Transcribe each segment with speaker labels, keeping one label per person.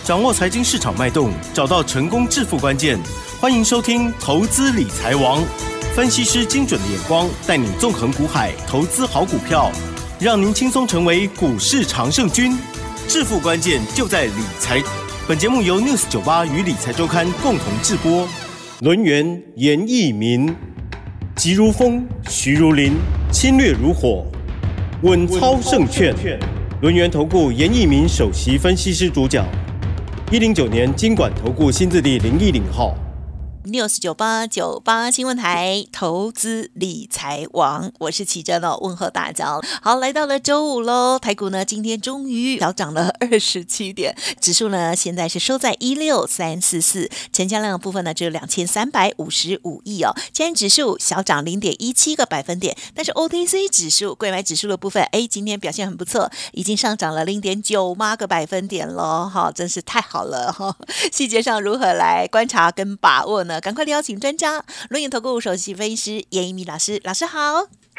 Speaker 1: 掌握财经市场脉动，找到成功致富关键。欢迎收听《投资理财王》，分析师精准的眼光，带你纵横股海，投资好股票，让您轻松成为股市常胜军。致富关键就在理财。本节目由 News98 与理财周刊共同制播。轮源严义民，急如风，徐如林，侵略如火，稳操胜券。轮源投顾严义民首席分析师主讲。109年金管投顾新字第010号。
Speaker 2: News98新闻台投资理财王，我是琦珍哦，问候大家。好，来到了周五喽，台股呢今天终于小涨了27点，指数呢现在是收在16344，成交量的部分呢只有2355亿哦。今天指数小涨0.17个百分点，但是 OTC 指数柜买指数的部分，今天表现很不错，已经上涨了0.98个百分点了哈，真是太好了哈。细节上如何来观察跟把握呢？赶快邀请专家，轮研投顾首席分析师严一鸣老师，老师好。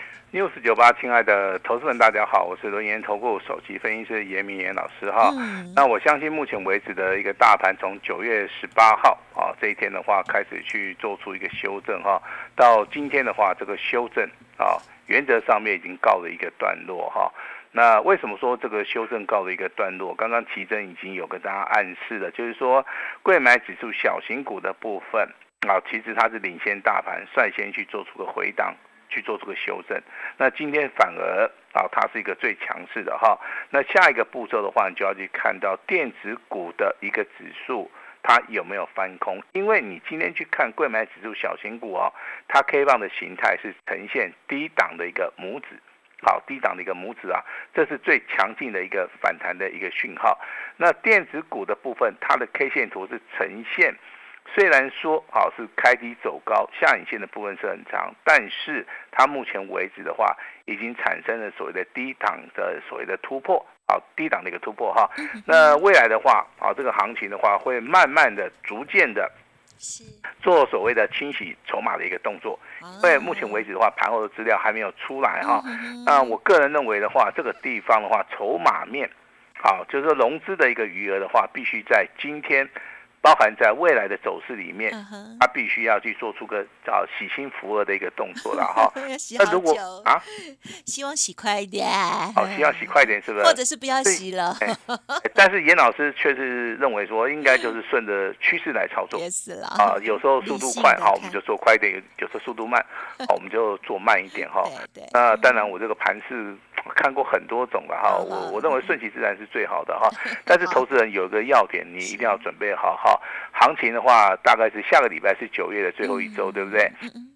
Speaker 3: News98，亲爱的投资人，大家好，我是轮研投顾首席分析师严明严老师哈。那我相信目前为止的一个大盘，从9月18号这一天的话开始去做出一个修正哈，到今天的话，这个修正原则上面已经告了一个段落哈。那为什么说这个修正告了一个段落？刚刚琦珍已经有跟大家暗示了，就是说柜买指数小型股的部分其实它是领先大盘，率先去做出个回档，去做出个修正。那今天反而它是一个最强势的哈。那下一个步骤的话，你就要去看到电子股的一个指数它有没有翻空，因为你今天去看柜买指数小型股它 K 棒的形态是呈现低档的一个拇指。低档的一个拇指这是最强劲的一个反弹的一个讯号。那电子股的部分，它的 K 线图是呈现，虽然说是开低走高，下影线的部分是很长，但是它目前为止的话，已经产生了所谓的低档的所谓的突破，低档的一个突破哈。那未来的话，这个行情的话，会慢慢的、逐渐的做所谓的清洗筹码的一个动作，因为目前为止的话，盘后的资料还没有出来哈。那我个人认为的话，这个地方的话，筹码面，就是说融资的一个余额的话，必须在今天，包含在未来的走势里面，它必须要去做出个洗心福额的一个动作了哈。
Speaker 2: 那如果希望洗快一点，
Speaker 3: 希望洗快一点是不是？
Speaker 2: 或者是不要洗了。
Speaker 3: 但是严老师却是认为说，应该就是顺着趋势来操作。
Speaker 2: 也是啦。
Speaker 3: 有时候速度快我们就做快一点；有时候速度慢我们就做慢一点哈。那当然，我这个盘势看过很多种了哈。我认为顺其自然是最好的哈。但是投资人有一个要点，你一定要准备好哈。行情的话，大概是下个礼拜是9月的最后一周，对不对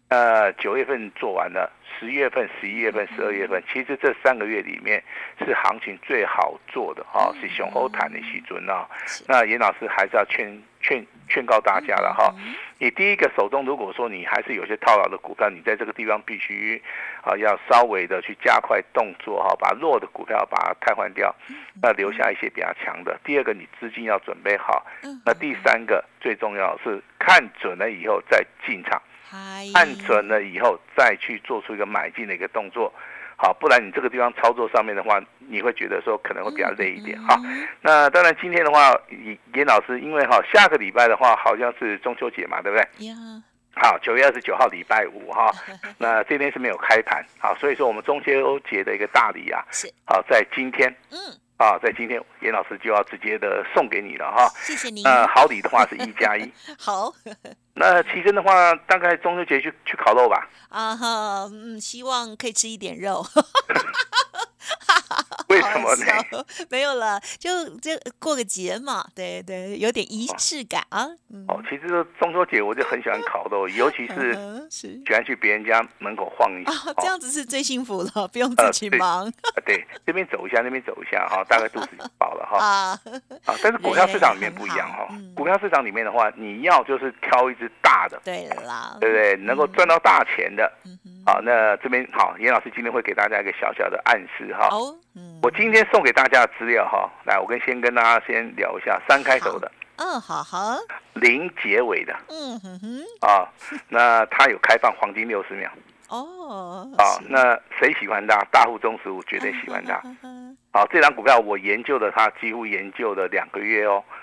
Speaker 3: ？9月份做完了，10月份、11月份、12月份，其实这3个月里面是行情最好做的是雄厚谈的时阵那严老师还是要劝告大家了哈。你第一个手中，如果说你还是有些套牢的股票，你在这个地方必须要稍微的去加快动作把弱的股票把它汰换掉，那留下一些比较强的。第二个，你资金要准备好。那第三个最重要是看准了以后再进场，看准了以后再去做出一个买进的一个动作。不然你这个地方操作上面的话，你会觉得说可能会比较累一点那当然今天的话，严老师因为下个礼拜的话好像是中秋节嘛，对不对？9月29号礼拜五那这天是没有开盘所以说我们中秋节的一个大礼在今天在今天严老师就要直接的送给你了
Speaker 2: 谢谢你。
Speaker 3: 好礼的话是1+1。
Speaker 2: 好。
Speaker 3: 那其实的话，大概中秋节去烤肉吧。
Speaker 2: 希望可以吃一点肉。
Speaker 3: 为什么呢？
Speaker 2: 没有了，就过个节嘛，对对，有点仪式感
Speaker 3: 其实中秋节我就很喜欢烤肉，尤其是喜欢去别人家门口晃一下。
Speaker 2: 这样子是最幸福了，不用自己忙。
Speaker 3: 对，这边走一下，那边走一下大概肚子就饱了但是股票市场里面不一样股票市场里面的话，你要就是挑一只大的，
Speaker 2: 对啦，
Speaker 3: 对不对？能够赚到大钱的。那这边严老师今天会给大家一个小小的暗示我今天送给大家的资料来，我先跟大家先聊一下3开头的。
Speaker 2: 好。
Speaker 3: 0结尾的。那它有开放黄金60秒。那谁喜欢它？大户中实户绝对喜欢它。这张股票我研究了它，几乎研究了2个月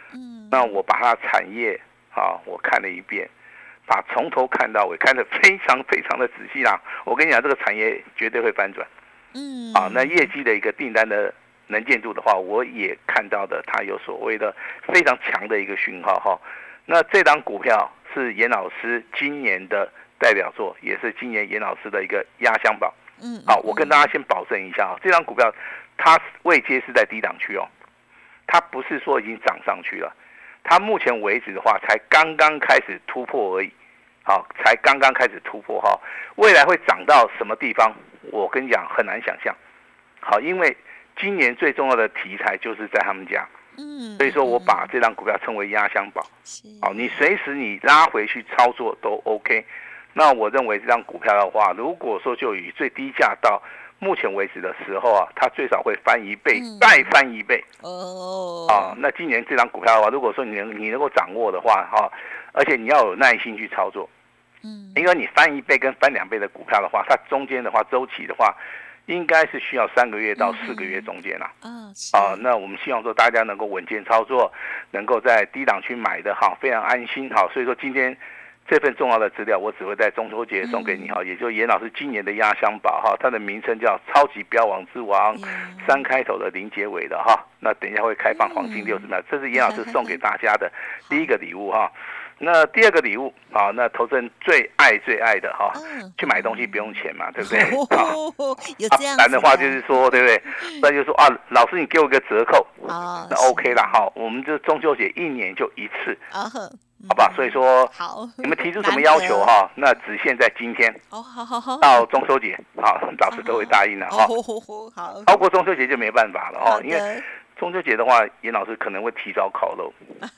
Speaker 3: 那我把它产业我看了一遍，把从头看到尾，看得非常非常的仔细啦。我跟你讲，这个产业绝对会翻转。那业绩的一个订单的能见度的话，我也看到的，它有所谓的非常强的一个讯号哈。那这档股票是严老师今年的代表作，也是今年严老师的一个压箱宝。我跟大家先保证一下这档股票它位阶是在低档区它不是说已经涨上去了，它目前为止的话才刚刚开始突破而已。才刚刚开始突破未来会涨到什么地方？我跟你讲很难想象。因为今年最重要的题材就是在他们家。所以说我把这档股票称为压箱宝。你随时你拉回去操作都 OK。那我认为这张股票的话，如果说就以最低价到目前为止的时候它最少会翻1倍，再翻1倍。那今年这张股票的话，如果说你能够掌握的话而且你要有耐心去操作。因为你翻1倍跟翻2倍的股票的话，它中间的话周期的话，应该是需要3个月到4个月中间啦。那我们希望说大家能够稳健操作，能够在低档区买的非常安心所以说今天这份重要的资料，我只会在中秋节送给你也就是严老师今年的压箱宝它的名称叫超级标王之王，3开头的0结尾的那等一下会开放黄金60秒，这是严老师送给大家的第一个礼物那第二个礼物那投资人最爱的去买东西不用钱嘛，对不对？
Speaker 2: 有这样子
Speaker 3: 难的话就是说，对不对？那就是说老师你给我一个折扣那 OK 啦我们这中秋节1年就一次好吧？所以说你们提出什么要求那只限在今天到中秋节老师都会答应的超过中秋节就没办法了因为中秋节的话，严老师可能会提早烤肉，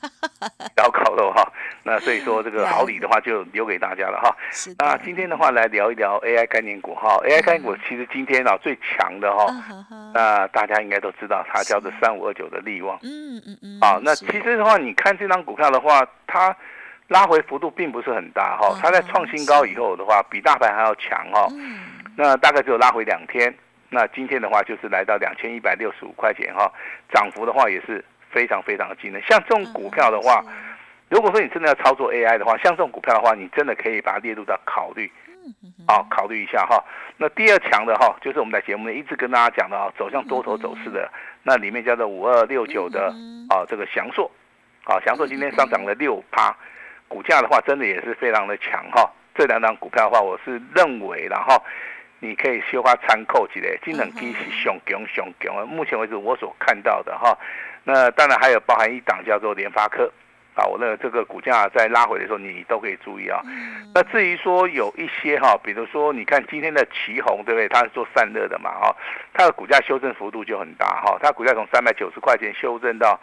Speaker 3: 那所以说这个好礼的话就留给大家了那今天的话来聊一聊 AI 概念股AI 概念股其实今天最强的那大家应该都知道，它叫做3529的力旺。那其实的话，你看这张股票的话，它拉回幅度并不是很大它在创新高以后的话，比大盘还要强那大概只有拉回2天。那今天的话就是来到2165块钱涨幅的话也是非常非常的惊人。像这种股票的话，如果说你真的要操作 AI 的话，像这种股票的话，你真的可以把它列入到考虑考虑一下那第二强的就是我们在节目里一直跟大家讲的走向多头走势的，那里面叫做5269的这个祥硕祥硕今天上涨了6%，股价的话真的也是非常的强这两档股票的话，我是认为你可以小可参考一下，这两支是上强目前为止我所看到的那当然还有包含一档叫做联发科我认为这个股价在拉回的时候你都可以注意那至于说有一些比如说你看今天的奇鋐，对不对？它是做散热的嘛它的股价修正幅度就很大它股价从390块钱修正到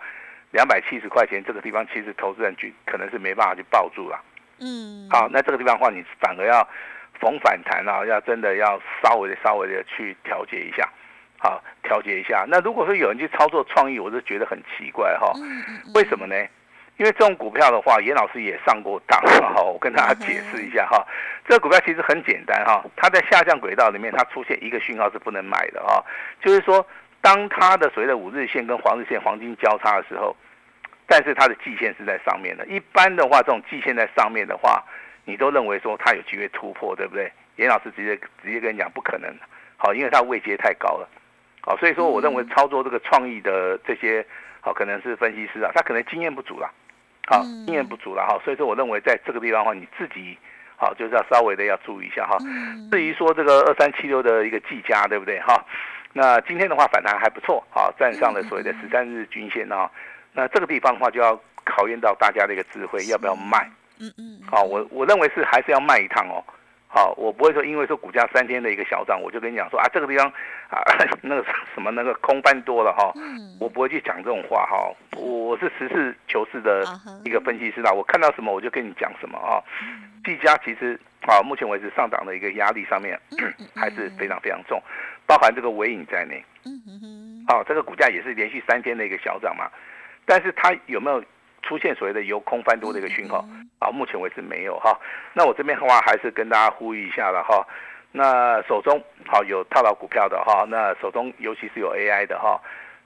Speaker 3: 270块钱，这个地方其实投资人可能是没办法去抱住了。那这个地方的话，你反而要逢反弹要真的要稍微的去调节一下。调节一下。那如果说有人去操作创意，我就觉得很奇怪为什么呢？因为这种股票的话，严老师也上过当我跟大家解释一下这个股票其实很简单它在下降轨道里面，它出现一个讯号是不能买的就是说当它的所谓的5日线跟黄日线黄金交叉的时候，但是它的季线是在上面的。一般的话，这种季线在上面的话，你都认为说它有机会突破，对不对？严老师直接跟你讲不可能因为它位阶太高了所以说我认为操作这个创意的这些可能是分析师他可能经验不足啦经验不足啦所以说我认为在这个地方的话，你自己就是要稍微的要注意一下至于说这个2376的一个技嘉，对不对那今天的话反弹还不错站上了所谓的13日均线那这个地方的话就要考验到大家的一个智慧，要不要卖我认为是还是要卖一趟我不会说因为说股价3天的一个小涨，我就跟你讲说这个地方那个什么那个空翻多了我不会去讲这种话我是实事求是的一个分析师我看到什么我就跟你讲什么技嘉其实目前为止上涨的一个压力上面还是非常非常重，包含这个微影在内这个股价也是连续3天的一个小涨嘛，但是它有没有出现所谓的由空翻多的一个讯号目前为止没有那我这边的话还是跟大家呼吁一下了那手中有套牢股票的那手中尤其是有 AI 的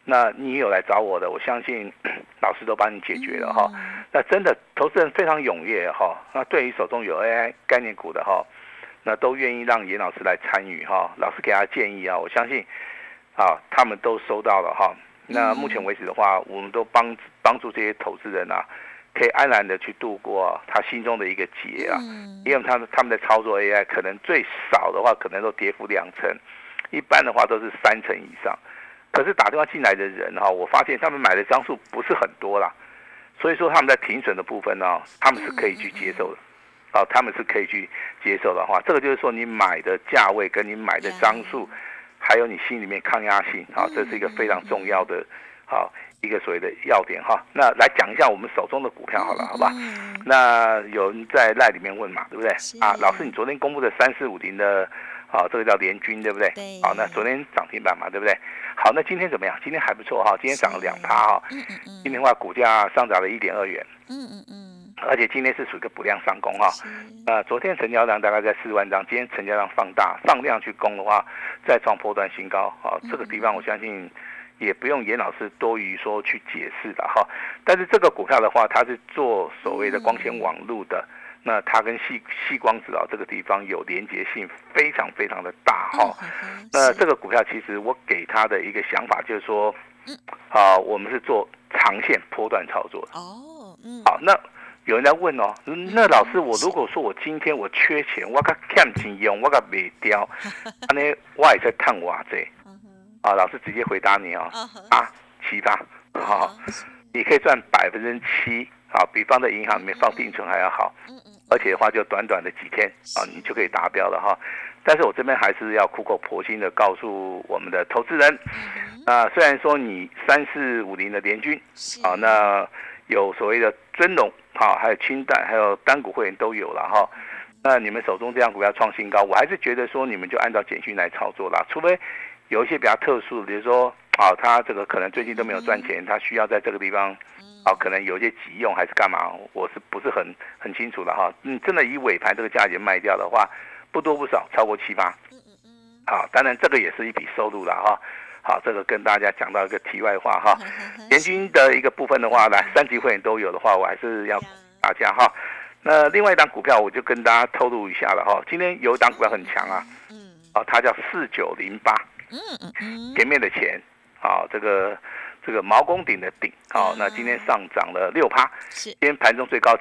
Speaker 3: 那你有来找我的，我相信老师都帮你解决了哈。那真的投资人非常踊跃哈。那对于手中有 AI 概念股的哈，那都愿意让严老师来参与哈。老师给他建议啊，我相信他们都收到了哈。那目前为止的话，我们都帮助这些投资人啊，可以安然的去度过他心中的一个结啊。因为他们在操作 AI， 可能最少的话可能都跌幅2成，一般的话都是3成以上。可是打电话进来的人哈，我发现他们买的张数不是很多啦，所以说他们在停损的部分呢，他们是可以去接受的。他们是可以去接受的话，这个就是说你买的价位跟你买的张数，还有你心里面抗压性这是一个非常重要的一个所谓的要点哈。那来讲一下我们手中的股票好了，好吧？那有人在赖里面问嘛，对不对？老师，你昨天公布的3450的这个叫联军，对不对？那昨天涨停板嘛，对不对？好，那今天怎么样？今天还不错哈，今天涨了2%哈。今天的话股价上涨了1.2元。而且今天是属于一个补量上攻哈。昨天成交量大概在4万张，今天成交量放大，上量去攻的话，再创波段新高这个地方我相信也不用严老师多余说去解释的哈。但是这个股票的话，它是做所谓的光纤网路的，那它跟细光子这个地方有连结性非常非常的大哈。那这个股票其实我给他的一个想法就是说，我们是做长线波段操作的。好，那有人在问那老师，我如果说我今天我缺钱，我给欠钱用，我给卖掉，那我也在探我这。老师直接回答你7%，你可以赚7%，比方在银行里面放定存还要好，而且的话就短短的几天你就可以达标了哈。但是我这边还是要苦口婆心的告诉我们的投资人，虽然说你3450的联军那有所谓的尊龙还有清代还有单股会员都有了哈。那你们手中这样股票创新高，我还是觉得说你们就按照简讯来操作啦，除非有一些比较特殊的，比如说他这个可能最近都没有赚钱，他需要在这个地方可能有一些急用还是干嘛，我是不是很清楚的哈。真的以尾盘这个价钱卖掉的话，不多不少超过7%。当然这个也是一笔收入了哈。好，这个跟大家讲到一个题外话哈。联军的一个部分的话，来3级会员都有的话，我还是要大家哈。那另外一档股票我就跟大家透露一下了哈。今天有一档股票很强它叫4908。前面的钱这个毛公鼎的鼎那今天上涨了6%，今天盘中最高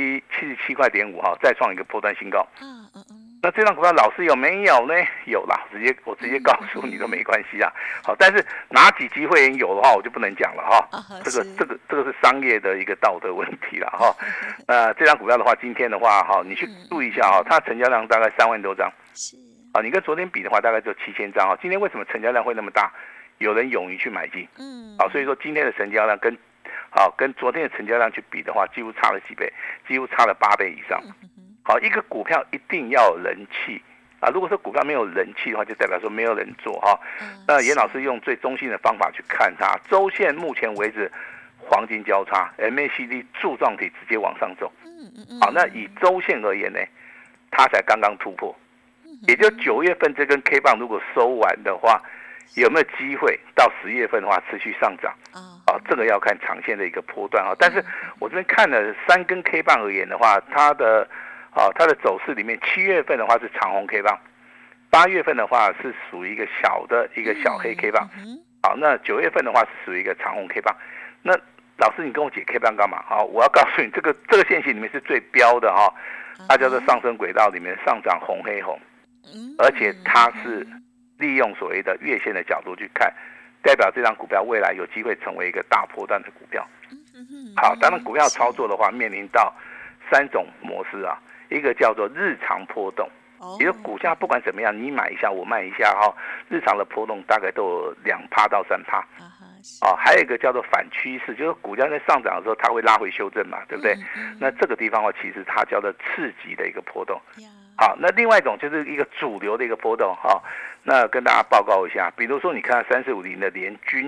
Speaker 3: 77.5块再创一个波段新高。那这张股票老师有没有呢？有啦，我直接告诉你都没关系啊。好，但是哪几级会员有的话，我就不能讲了哈。这个是商业的一个道德问题了哈。这张股票的话，今天的话你去注意一下它成交量大概3万多张。你跟昨天比的话，大概就7000张今天为什么成交量会那么大？有人勇于去买进。所以说今天的成交量跟昨天的成交量去比的话，几乎差了几倍，几乎差了8倍以上。一个股票一定要有人气如果说股票没有人气的话，就代表说没有人做那严老师用最中性的方法去看它，周线目前为止黄金交叉 ，MACD 柱状体直接往上走。那以周线而言呢，它才刚刚突破。也就9月份这根 K 棒如果收完的话，有没有机会到10月份的话持续上涨？这个要看长线的一个波段但是我这边看了3根 K 棒而言的话，它的走势里面，7月份的话是长红 K 棒，8月份的话是属于一个小黑 K 棒。那9月份的话是属于一个长红 K 棒。那老师你跟我解 K 棒干嘛？我要告诉你，这个线型里面是最标的它叫做上升轨道里面上涨红黑红。而且它是利用所谓的月线的角度去看，代表这张股票未来有机会成为一个大波段的股票。好，当然股票操作的话，面临到3种模式一个叫做日常波动，也就是股价不管怎么样，你买一下我卖一下日常的波动大概都有2%到3%。还有一个叫做反趋势，就是股价在上涨的时候，它会拉回修正嘛，对不对？那这个地方其实它叫做次级的一个波动。好，那另外一种就是一个主流的一个波动那跟大家报告一下，比如说你看3450的联军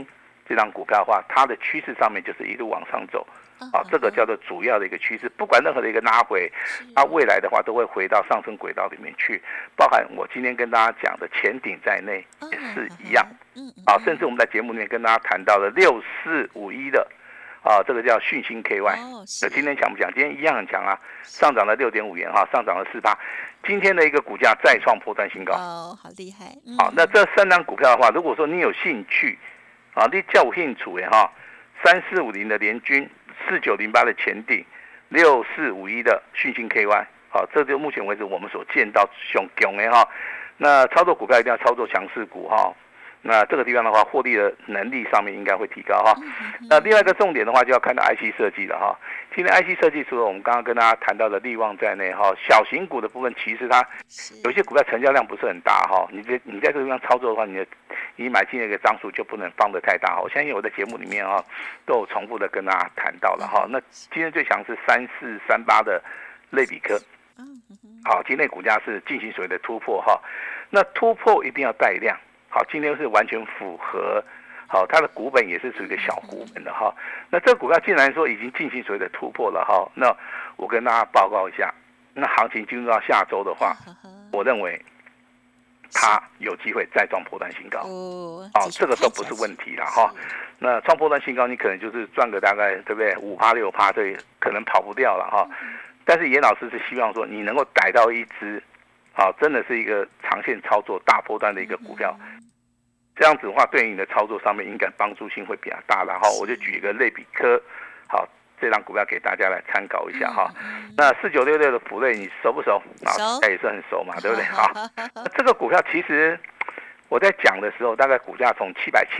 Speaker 3: 这张股票的话，它的趋势上面就是一路往上走。这个叫做主要的一个趋势，不管任何的一个拉回，它未来的话都会回到上升轨道里面去，包含我今天跟大家讲的前顶在内也是一样。甚至我们在节目里面跟大家谈到了6451的这个叫讯星 KY，今天强不强？今天一样很强啊，上涨了6.5元上涨了4%，今天的一个股价再创波段新高。
Speaker 2: 好厉害。
Speaker 3: 那这3档股票的话，如果说你有兴趣你叫我兴趣3450的联军，4908的前顶，6451的讯星 KY， 这就目前为止我们所见到上强的那操作股票一定要操作强势股那这个地方的话，获利的能力上面应该会提高那另外一个重点的话，就要看到 IC 设计了今天 IC 设计除了我们刚刚跟大家谈到的力旺在内小型股的部分，其实它有些股票成交量不是很大你在这个地方操作的话，你买进的一个张数就不能放得太大我相信我在节目里面都有重复的跟大家谈到了那今天最强是3438的类比科。今天股价是进行所谓的突破那突破一定要带量。今天是完全符合，它的股本也是属于一个小股本的那这个股票既然说已经进行所谓的突破了那我跟大家报告一下，那行情进入到下周的话，我认为它有机会再创波段新高这个都不是问题了那创波段新高，你可能就是赚个大概对不对5%、6%，对，可能跑不掉了但是严老师是希望说你能够逮到一只真的是一个长线操作大波段的一个股票。这样子的话，对你的操作上面应该帮助性会比较大的我就举一个类比科，这张股票给大家来参考一下那4966的福瑞你熟不熟？应该也是很熟嘛，对不对这个股票其实我在讲的时候，大概股价从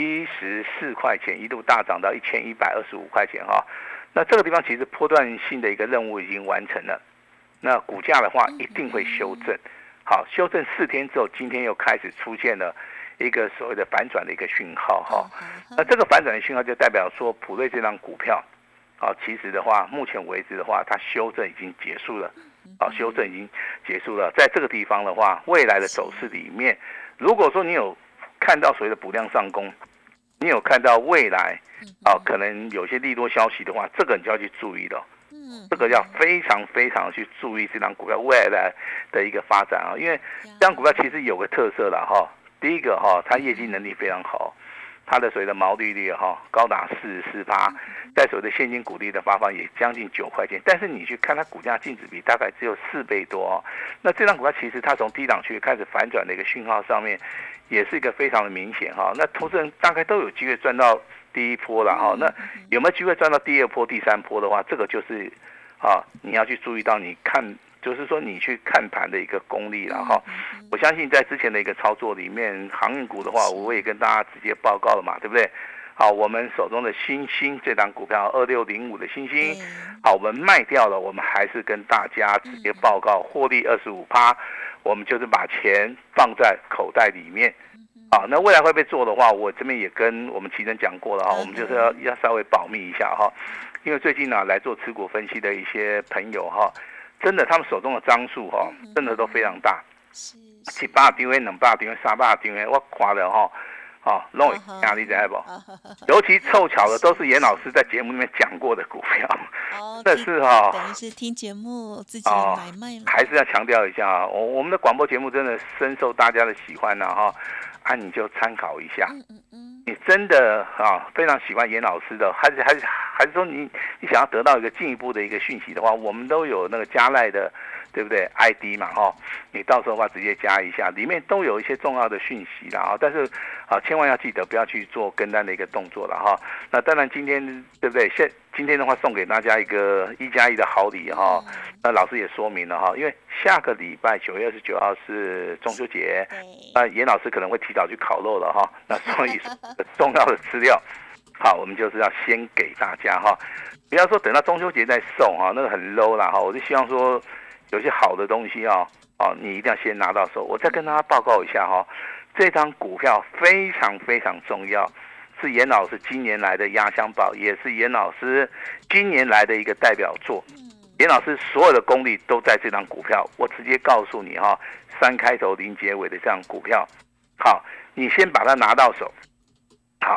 Speaker 3: 774块钱一度大涨到1125块钱那这个地方其实波段性的一个任务已经完成了，那股价的话一定会修正。修正4天之后，今天又开始出现了一个所谓的反转的一个讯号那这个反转的讯号就代表说普瑞这张股票其实的话目前为止的话它修正已经结束了修正已经结束了。在这个地方的话，未来的走势里面，如果说你有看到所谓的补量上攻，你有看到未来可能有些利多消息的话，这个你就要去注意了这个要非常非常去注意这张股票未来的一个发展因为这张股票其实有个特色了第一个它业绩能力非常好，它的所谓的毛利率高达44%，在所谓的现金股利的发放也将近9块钱，但是你去看它股价净值比大概只有4倍多那这张股票其实它从低档区开始反转的一个讯号上面，也是一个非常的明显那投资人大概都有机会赚到第一波了那有没有机会赚到第2波、第3波的话，这个就是你要去注意到你看。就是说你去看盘的一个功力了我相信在之前的一个操作里面，航运股的话，我也跟大家直接报告了嘛，对不对？我们手中的新兴这档股票2605的新兴，我们卖掉了，我们还是跟大家直接报告获利25%，我们就是把钱放在口袋里面。那未来会不会做的话，我这边也跟我们奇珍讲过了我们就是要稍微保密一下因为最近来做持股分析的一些朋友真的，他们手中的张数真的都非常大，700张、200张、300张，我看了弄压力在不？尤其凑巧的都是严老师在节目里面讲过的股票，这是
Speaker 2: 等于是听节目自己买卖了。
Speaker 3: 还是要强调一下我们的广播节目真的深受大家的喜欢你就参考一下。你真的非常喜欢严老师的，还是说你想要得到一个进一步的一个讯息的话，我们都有那个加赖的，对不对 ？ID 嘛你到时候的话直接加一下，里面都有一些重要的讯息啦但是千万要记得不要去做跟单的一个动作了那当然今天对不对？今天的话送给大家一个1+1的好礼那老师也说明了因为下个礼拜9月29号是中秋节，那严老师可能会提早去烤肉了那所以重要的资料我们就是要先给大家不要说等到中秋节再送那个很 low 啦我就希望说有些好的东西你一定要先拿到手。我再跟大家报告一下这张股票非常非常重要，是严老师今年来的压箱宝，也是严老师今年来的一个代表作。严老师所有的功力都在这张股票，我直接告诉你3开头0结尾的这张股票，你先把它拿到手，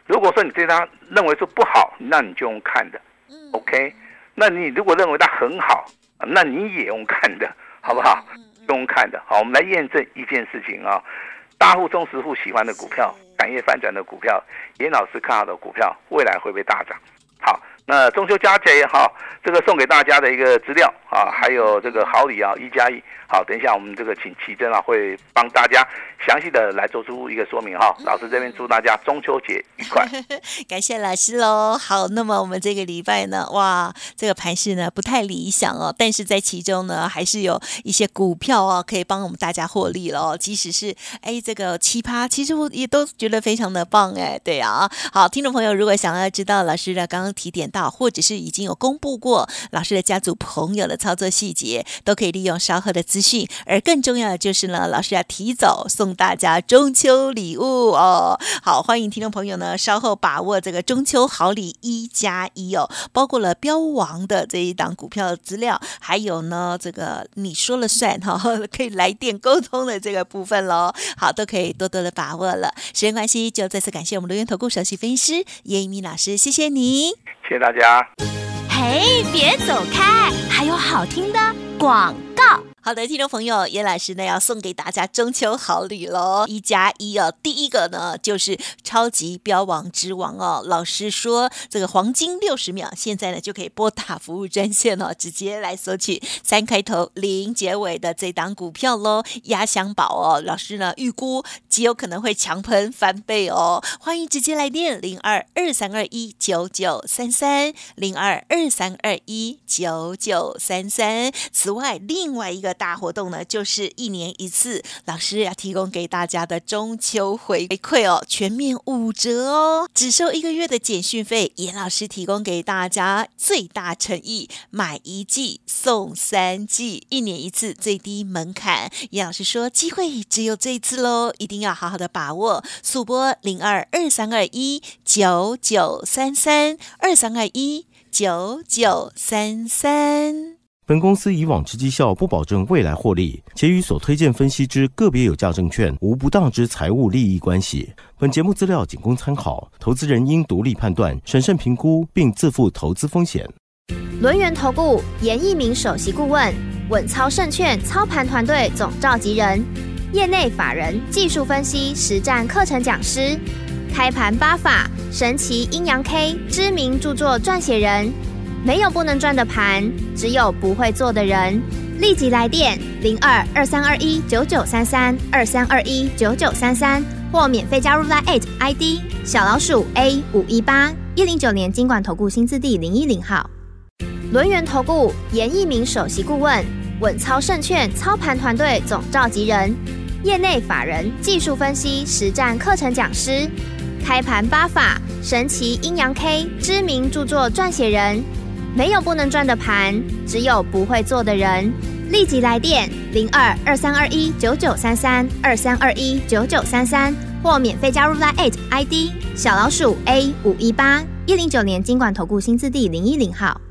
Speaker 3: 如果说你对它认为说不好，那你就用看的，OK？那你如果认为它很好，那你也用看的，好不好？用看的。好，我们来验证一件事情啊，大户、中实户喜欢的股票，产业翻转的股票，严老师看好的股票，未来会不会大涨？好，那中秋佳节哈，这个送给大家的一个资料啊，还有这个好礼啊，1+1。好，等一下我们这个请奇珍啊会帮大家详细的来做出一个说明哈。老师这边祝大家中秋节愉快，
Speaker 2: 感谢老师喽。好，那么我们这个礼拜呢，哇，这个盘势呢不太理想哦，但是在其中呢还是有一些股票哦可以帮我们大家获利了哦。即使是这个7%，其实我也都觉得非常的棒对啊。好，听众朋友如果想要知道老师的刚刚提点到，或者是已经有公布过老师的家族朋友的操作细节，都可以利用稍后的资讯，而更重要的就是呢，老师要提早送大家中秋礼物哦。好，欢迎听众朋友呢稍后把握这个中秋好礼1+1哦，包括了标王的这一档股票的资料，还有呢这个你说了算可以来电沟通的这个部分咯。好，都可以多多的把握了。时间关系，就再次感谢我们轮源投顾首席分析师叶一鸣老师，谢谢你，
Speaker 3: 谢谢大家。
Speaker 4: 嘿，别走开，还有好听的广告。
Speaker 2: 好的，听众朋友，叶老师呢要送给大家中秋好礼咯，1+1哦。第一个呢就是超级标王之王哦。老师说这个黄金60秒，现在呢就可以拨打服务专线哦，直接来索取3开头0结尾的这档股票咯，压箱宝哦。老师呢预估极有可能会强喷翻倍哦，欢迎直接来电0223219933，0223219933。此外，另外一个大活动呢，就是1年1次，老师要提供给大家的中秋回馈哦，全面5折哦，只收1个月的简讯费。严老师提供给大家最大诚意，买1季送3季，1年1次最低门槛。严老师说机会只有这一次咯，一定要好好的把握，速拨0223219933，23219933。
Speaker 1: 本公司以往之绩效不保证未来获利，且与所推荐分析之个别有价证券无不当之财务利益关系。本节目资料仅供参考，投资人应独立判断、审慎评估，并自负投资风险。
Speaker 4: 轮源投顾严一鸣首席顾问，稳操胜券操盘团队总召集人，业内法人技术分析实战课程讲师，开盘8法神奇阴阳 K 知名著作撰写人。没有不能赚的盘，只有不会做的人。立即来电0223219933，23219933，或免费加入 LINE@ ID 小老鼠 A518，109年金管投顾新字第010号。轮源投顾严一鸣首席顾问，稳操胜券操盘团队总召集人，业内法人技术分析实战课程讲师，开盘8法神奇阴阳 K 知名著作撰写人。没有不能赚的盘，只有不会做的人。立即来电0223219933，23219933，或免费加入 LINE@ ID 小老鼠 A518，109年金管投顾新字第010号。